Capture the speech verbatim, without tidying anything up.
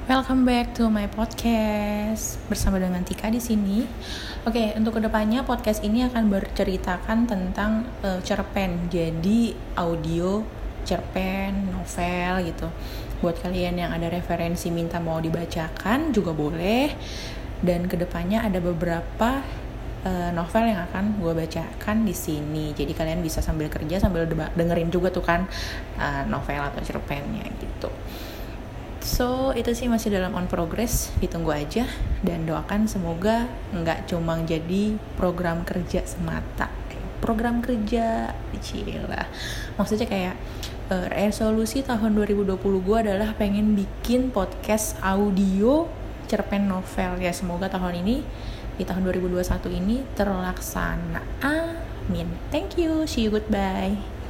Welcome back to my podcast bersama dengan Tika di sini. Oke, untuk kedepannya podcast ini akan berceritakan tentang uh, cerpen, jadi audio cerpen, novel gitu. Buat kalian yang ada referensi minta mau dibacakan juga boleh. Dan kedepannya ada beberapa uh, novel yang akan gue bacakan di sini. Jadi kalian bisa sambil kerja sambil dengerin juga tuh kan uh, novel atau cerpennya gitu. So, itu sih masih dalam on progress, ditunggu aja. Dan doakan semoga nggak cuma jadi program kerja semata. Program kerja, cila. Maksudnya kayak uh, resolusi tahun dua ribu dua puluh gue adalah pengen bikin podcast audio cerpen novel. Ya semoga tahun ini, di tahun dua ribu dua puluh satu ini terlaksana. Amin. Thank you, see you, goodbye.